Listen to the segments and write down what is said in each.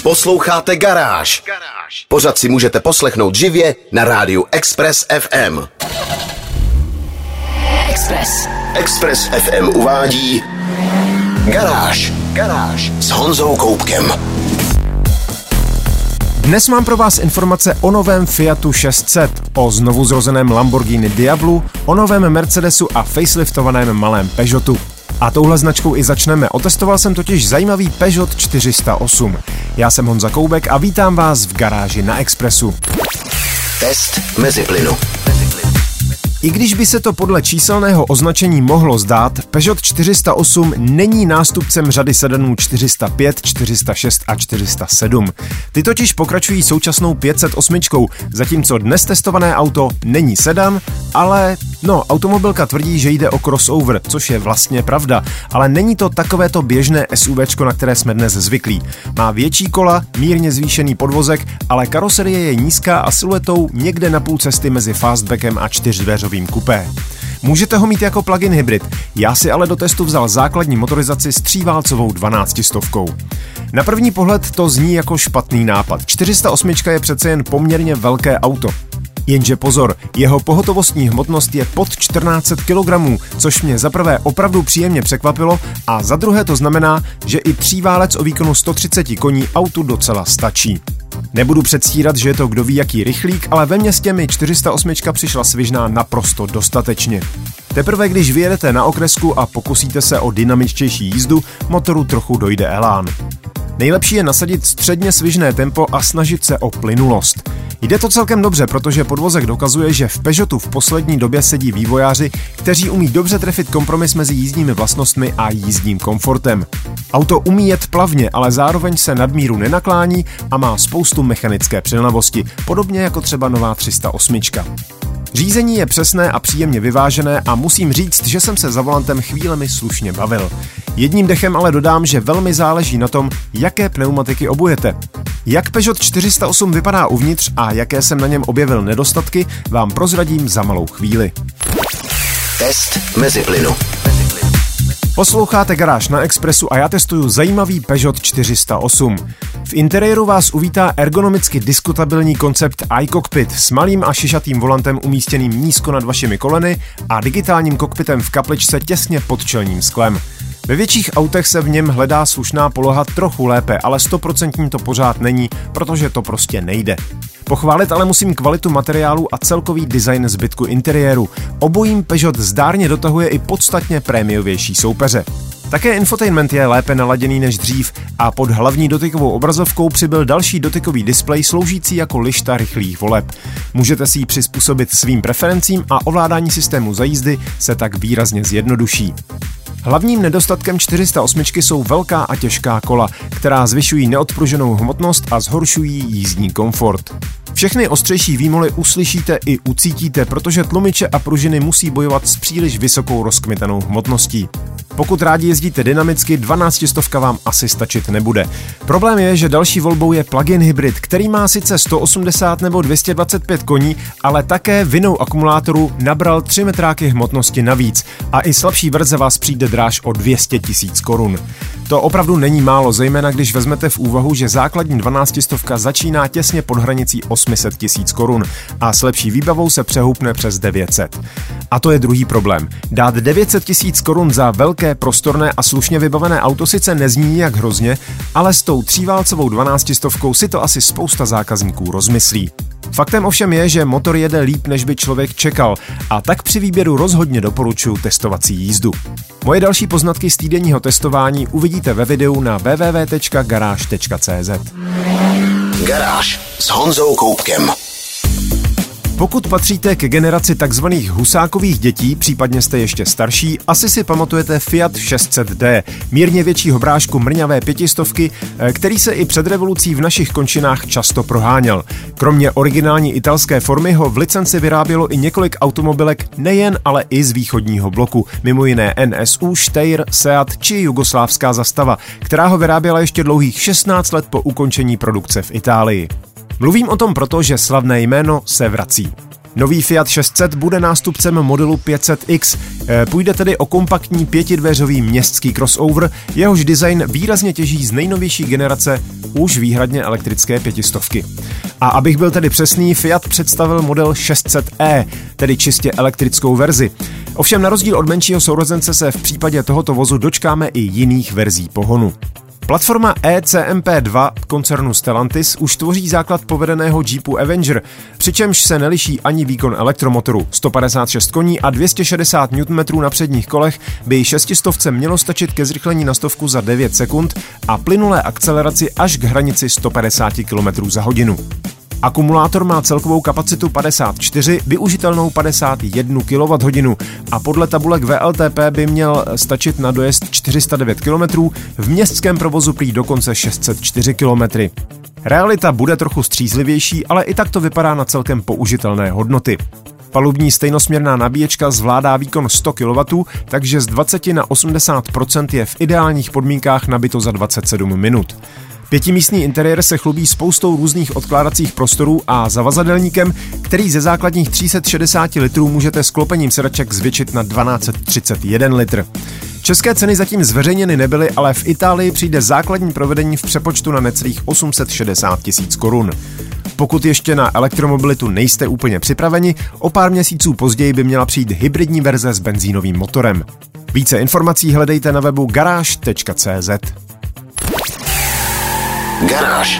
Posloucháte Garáž. Pořad si můžete poslechnout živě na rádiu Express FM. Express FM uvádí Garáž s Honzou Koubkem. Dnes mám pro vás informace o novém Fiatu 600, o znovu zrozeném Lamborghini Diablu, o novém Mercedesu a faceliftovaném malém Peugeotu. A touhle značkou i začneme. Otestoval jsem totiž zajímavý Peugeot 408. Já jsem Honza Koubek a vítám vás v Garáži na Expressu. Test meziplynu. I když by se to podle číselného označení mohlo zdát, Peugeot 408 není nástupcem řady sedanů 405, 406 a 407. Ty totiž pokračují současnou 508, zatímco dnes testované auto není sedan, ale automobilka tvrdí, že jde o crossover, což je vlastně pravda, ale není to takovéto běžné SUVčko, na které jsme dnes zvyklí. Má větší kola, mírně zvýšený podvozek, ale karoserie je nízká a siluetou někde na půl cesty mezi fastbackem a čtyřdveřovým kupé. Můžete ho mít jako plug-in hybrid, já si ale do testu vzal základní motorizaci s tříválcovou 1200. Na první pohled to zní jako špatný nápad. 408 je přece jen poměrně velké auto. Jenže pozor, jeho pohotovostní hmotnost je pod 1400 kg, což mě za prvé opravdu příjemně překvapilo a za druhé to znamená, že i tříválec o výkonu 130 koní autu docela stačí. Nebudu předstírat, že je to kdo ví jaký rychlík, ale ve městě mi 408 přišla svižná naprosto dostatečně. Teprve když vyjedete na okresku a pokusíte se o dynamičtější jízdu, motoru trochu dojde elán. Nejlepší je nasadit středně svižné tempo a snažit se o plynulost. Jde to celkem dobře, protože podvozek dokazuje, že v Peugeotu v poslední době sedí vývojáři, kteří umí dobře trefit kompromis mezi jízdními vlastnostmi a jízdním komfortem. Auto umí jet plavně, ale zároveň se nadmíru nenaklání a má spoustu mechanické přilnavosti, podobně jako třeba nová 308. Řízení je přesné a příjemně vyvážené a musím říct, že jsem se za volantem chvílemi slušně bavil. Jedním dechem ale dodám, že velmi záleží na tom, jaké pneumatiky obujete. Jak Peugeot 408 vypadá uvnitř a jaké jsem na něm objevil nedostatky, vám prozradím za malou chvíli. Test meziplynu. Posloucháte Garáž na Expressu a já testuju zajímavý Peugeot 408. V interiéru vás uvítá ergonomicky diskutabilní koncept iCockpit s malým a šišatým volantem umístěným nízko nad vašimi koleny a digitálním kokpitem v kapličce těsně pod čelním sklem. Ve větších autech se v něm hledá slušná poloha trochu lépe, ale 100% to pořád není, protože to prostě nejde. Pochválit ale musím kvalitu materiálu a celkový design zbytku interiéru. Obojím Peugeot zdárně dotahuje i podstatně prémiovější soupeře. Také infotainment je lépe naladěný než dřív a pod hlavní dotykovou obrazovkou přibyl další dotykový displej sloužící jako lišta rychlých voleb. Můžete si ji přizpůsobit svým preferencím a ovládání systému za jízdy se tak výrazně zjednoduší. Hlavním nedostatkem 408 jsou velká a těžká kola, která zvyšují neodpruženou hmotnost a zhoršují jízdní komfort. Všechny ostřejší výmoly uslyšíte i ucítíte, protože tlumiče a pružiny musí bojovat s příliš vysokou rozkmitanou hmotností. Pokud rádi jezdíte dynamicky, 1200 vám asi stačit nebude. Problém je, že další volbou je plug-in hybrid, který má sice 180 nebo 225 koní, ale také vinou akumulátoru nabral 3 metráky hmotnosti navíc a i slabší verze vás přijde dráž o 200 000 korun. To opravdu není málo, zejména když vezmete v úvahu, že základní 1200 začíná těsně pod hranicí 800 000 korun a s lepší výbavou se přehoupne přes 900. A to je druhý problém. Dát 900 000 korun za velké, prostorné a slušně vybavené auto sice nezní nijak hrozně, ale s tou tříválcovou 1200 si to asi spousta zákazníků rozmyslí. Faktem ovšem je, že motor jede líp, než by člověk čekal, a tak při výběru rozhodně doporučuji testovací jízdu. Moje další poznatky z týdenního testování uvidíte ve videu na www.garage.cz. Garáž s Honzou Koubkem. Pokud patříte ke generaci takzvaných husákových dětí, případně jste ještě starší, asi si pamatujete Fiat 600D, mírně většího brášku mrňavé 500, který se i před revolucí v našich končinách často proháněl. Kromě originální italské formy ho v licenci vyrábělo i několik automobilek nejen, ale i z východního bloku, mimo jiné NSU, Steyr, Seat či jugoslávská Zastava, která ho vyráběla ještě dlouhých 16 let po ukončení produkce v Itálii. Mluvím o tom proto, že slavné jméno se vrací. Nový Fiat 600 bude nástupcem modelu 500X. Půjde tedy o kompaktní pětidveřový městský crossover, jehož design výrazně těží z nejnovější generace už výhradně elektrické 500. A abych byl tedy přesný, Fiat představil model 600e, tedy čistě elektrickou verzi. Ovšem na rozdíl od menšího sourozence se v případě tohoto vozu dočkáme i jiných verzí pohonu. Platforma ECMP2 koncernu Stellantis už tvoří základ povedeného Jeepu Avenger, přičemž se neliší ani výkon elektromotoru. 156 koní a 260 Nm na předních kolech by 600 mělo stačit ke zrychlení na stovku za 9 sekund a plynulé akceleraci až k hranici 150 km za hodinu. Akumulátor má celkovou kapacitu 54, využitelnou 51 kWh a podle tabulek VLTP by měl stačit na dojezd 409 km, v městském provozu prý dokonce 604 km. Realita bude trochu střízlivější, ale i tak to vypadá na celkem použitelné hodnoty. Palubní stejnosměrná nabíječka zvládá výkon 100 kW, takže z 20 na 80% je v ideálních podmínkách nabito za 27 minut. Pětimístný interiér se chlubí spoustou různých odkládacích prostorů a zavazadelníkem, který ze základních 360 litrů můžete sklopením sedaček zvětšit na 1231 litr. České ceny zatím zveřejněny nebyly, ale v Itálii přijde základní provedení v přepočtu na necelých 860 000 korun. Pokud ještě na elektromobilitu nejste úplně připraveni, o pár měsíců později by měla přijít hybridní verze s benzínovým motorem. Více informací hledejte na webu garage.cz. Garáž.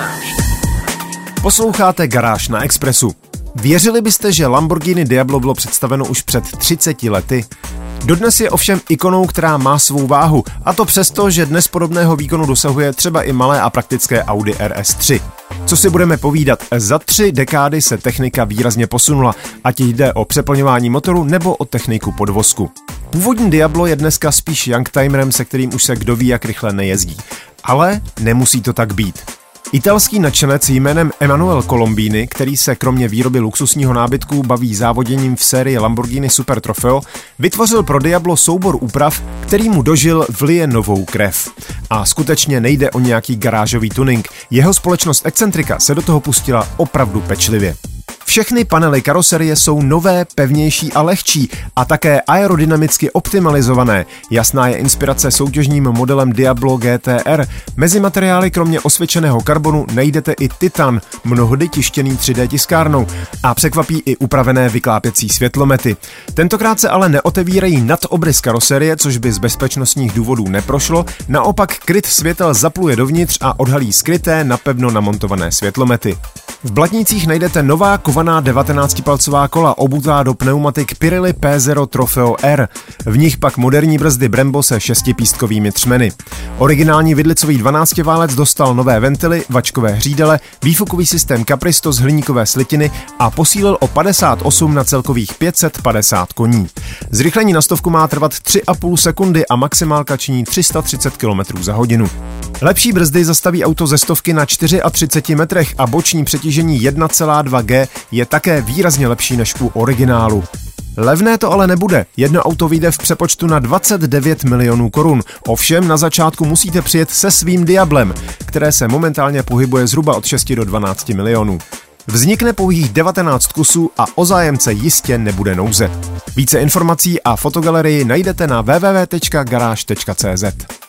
Posloucháte Garáž na Expressu. Věřili byste, že Lamborghini Diablo bylo představeno už před 30 lety? Dodnes je ovšem ikonou, která má svou váhu, a to přesto, že dnes podobného výkonu dosahuje třeba i malé a praktické Audi RS3. Co si budeme povídat, za 3 dekády se technika výrazně posunula, ať jde o přeplňování motoru nebo o techniku podvozku. Původní Diablo je dneska spíš youngtimerem, se kterým už se kdo ví jak rychle nejezdí. Ale nemusí to tak být. Italský nadšenec jménem Emanuele Colombini, který se kromě výroby luxusního nábytku baví závoděním v sérii Lamborghini Super Trofeo, vytvořil pro Diablo soubor úprav, který mu dožil vlije novou krev. A skutečně nejde o nějaký garážový tuning. Jeho společnost Excentrika se do toho pustila opravdu pečlivě. Všechny panely karoserie jsou nové, pevnější a lehčí a také aerodynamicky optimalizované. Jasná je inspirace soutěžním modelem Diablo GTR. Mezi materiály kromě osvědčeného karbonu najdete i titan, mnohdy tištěný 3D tiskárnou, a překvapí i upravené vyklápěcí světlomety. Tentokrát se ale neotevírají nad obrys karoserie, což by z bezpečnostních důvodů neprošlo, naopak kryt světel zapluje dovnitř a odhalí skryté, napevno namontované světlomety. V blatnících najdete nová kovaná 19-palcová kola obutá do pneumatik Pirelli P0 Trofeo R. V nich pak moderní brzdy Brembo se 6pístkovými třmeny. Originální vidlicový 12válec dostal nové ventily, vačkové hřídele, výfukový systém Capristo z hliníkové slitiny a posílil o 58 na celkových 550 koní. Zrychlení na stovku má trvat 3,5 sekundy a maximálka činí 330 km za hodinu. Lepší brzdy zastaví auto ze stovky na 34 metrech a boční přetížení 1,2 G je také výrazně lepší než u originálu. Levné to ale nebude. Jedno auto vyjde v přepočtu na 29 milionů korun. Ovšem na začátku musíte přijet se svým Diablem, které se momentálně pohybuje zhruba od 6 do 12 milionů. Vznikne pouhých 19 kusů a o zájemce jistě nebude nouze. Více informací a fotogalerii najdete na www.garage.cz.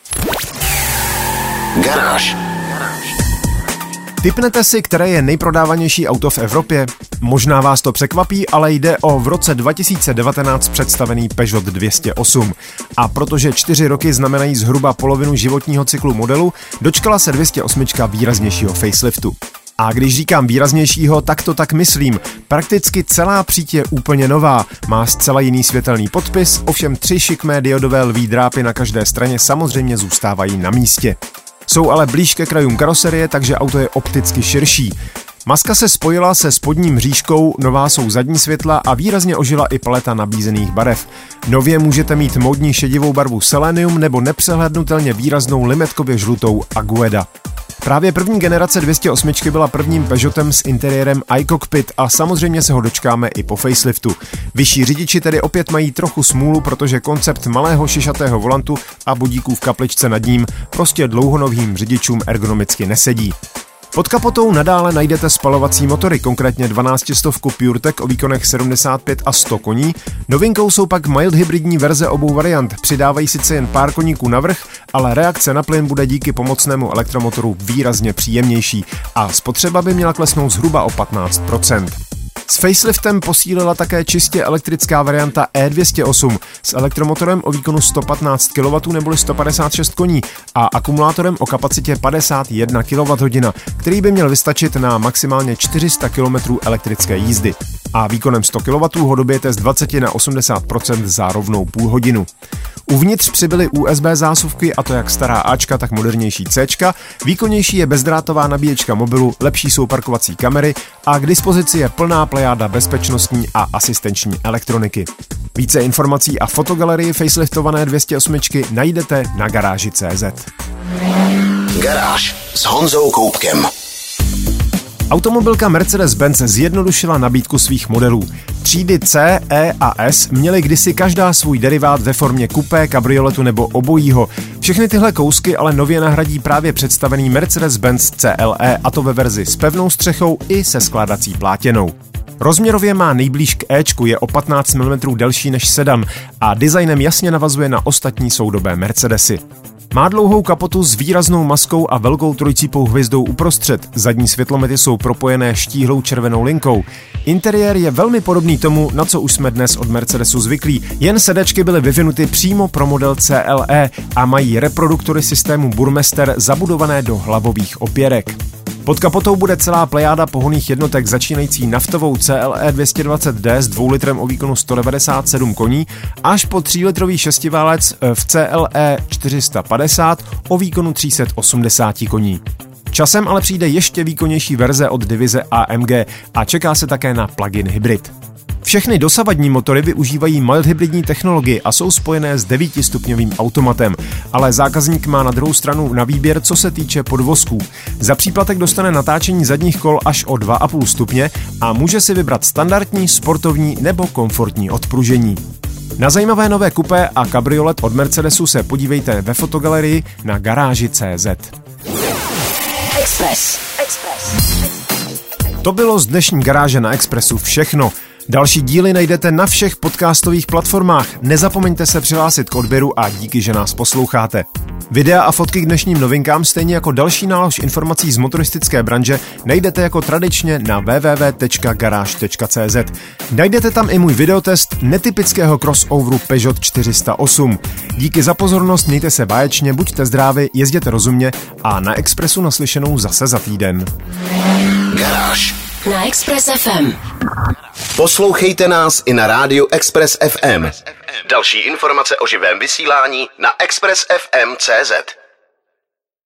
Garáž. Tipnete si, které je nejprodávanější auto v Evropě? Možná vás to překvapí, ale jde o v roce 2019 představený Peugeot 208. A protože 4 roky znamenají zhruba polovinu životního cyklu modelu, dočkala se 208 výraznějšího faceliftu. A když říkám výraznějšího, tak to tak myslím. Prakticky celá příď je úplně nová, má zcela jiný světelný podpis, ovšem 3 šikmé diodové lví drápy na každé straně samozřejmě zůstávají na místě. Jsou ale blíž ke krajům karoserie, takže auto je opticky širší. Maska se spojila se spodní mřížkou, nová jsou zadní světla a výrazně ožila i paleta nabízených barev. Nově můžete mít módní šedivou barvu Selenium nebo nepřehlednutelně výraznou limetkově žlutou Agueda. Právě první generace 208 byla prvním Peugeotem s interiérem iCockpit a samozřejmě se ho dočkáme i po faceliftu. Vyšší řidiči tedy opět mají trochu smůlu, protože koncept malého šišatého volantu a budíků v kapličce nad ním prostě dlouhonohým řidičům ergonomicky nesedí. Pod kapotou nadále najdete spalovací motory, konkrétně 1200 PureTech o výkonech 75 a 100 koní. Novinkou jsou pak mild hybridní verze obou variant. Přidávají sice jen pár koníků navrch, ale reakce na plyn bude díky pomocnému elektromotoru výrazně příjemnější a spotřeba by měla klesnout zhruba o 15%. S faceliftem posílila také čistě elektrická varianta E208 s elektromotorem o výkonu 115 kW neboli 156 koní a akumulátorem o kapacitě 51 kWh, který by měl vystačit na maximálně 400 km elektrické jízdy. A výkonem 100 kW ho dobijete z 20 na 80% za rovnou půl hodinu. Uvnitř přibyly USB zásuvky, a to jak stará Ačka, tak modernější Cčka. Výkonnější je bezdrátová nabíječka mobilu, lepší jsou parkovací kamery a k dispozici je plná plejáda bezpečnostní a asistenční elektroniky. Více informací a fotogalerii faceliftované 208 najdete na garáži.cz. Garáž s Honzou Koubkem. Automobilka Mercedes-Benz zjednodušila nabídku svých modelů. Třídy C, E a S měly kdysi každá svůj derivát ve formě kupé, kabrioletu nebo obojího. Všechny tyhle kousky ale nově nahradí právě představený Mercedes-Benz CLE, a to ve verzi s pevnou střechou i se skládací plátěnou. Rozměrově má nejblíž k Ečku, je o 15 mm delší než sedan a designem jasně navazuje na ostatní soudobé Mercedesy. Má dlouhou kapotu s výraznou maskou a velkou trojcípou hvězdou uprostřed. Zadní světlomety jsou propojené štíhlou červenou linkou. Interiér je velmi podobný tomu, na co už jsme dnes od Mercedesu zvyklí, jen sedačky byly vyvinuty přímo pro model CLE a mají reproduktory systému Burmester zabudované do hlavových opěrek. Pod kapotou bude celá plejáda pohonných jednotek začínající naftovou CLE 220D s 2 litrem o výkonu 197 koní až po 3-litrový šestiválec v CLE 450 o výkonu 380 koní. Časem ale přijde ještě výkonnější verze od divize AMG a čeká se také na plug-in hybrid. Všechny dosavadní motory využívají mild hybridní technologii a jsou spojené s 9stupňovým automatem, ale zákazník má na druhou stranu na výběr, co se týče podvozků. Za příplatek dostane natáčení zadních kol až o 2,5 stupně a může si vybrat standardní, sportovní nebo komfortní odpružení. Na zajímavé nové kupé a kabriolet od Mercedesu se podívejte ve fotogalerii na garáži.cz. Express. To bylo z dnešní garáže na Expressu všechno. Další díly najdete na všech podcastových platformách. Nezapomeňte se přihlásit k odběru a díky, že nás posloucháte. Videa a fotky k dnešním novinkám, stejně jako další nálož informací z motoristické branže, najdete jako tradičně na www.garage.cz. Najdete tam i můj videotest netypického crossoveru Peugeot 408. Díky za pozornost, mějte se báječně, buďte zdraví, jezděte rozumně a na Expressu naslyšenou zase za týden. Garáž Na Express FM. Poslouchejte nás i na rádiu Express FM. Další informace o živém vysílání na expressfm.cz.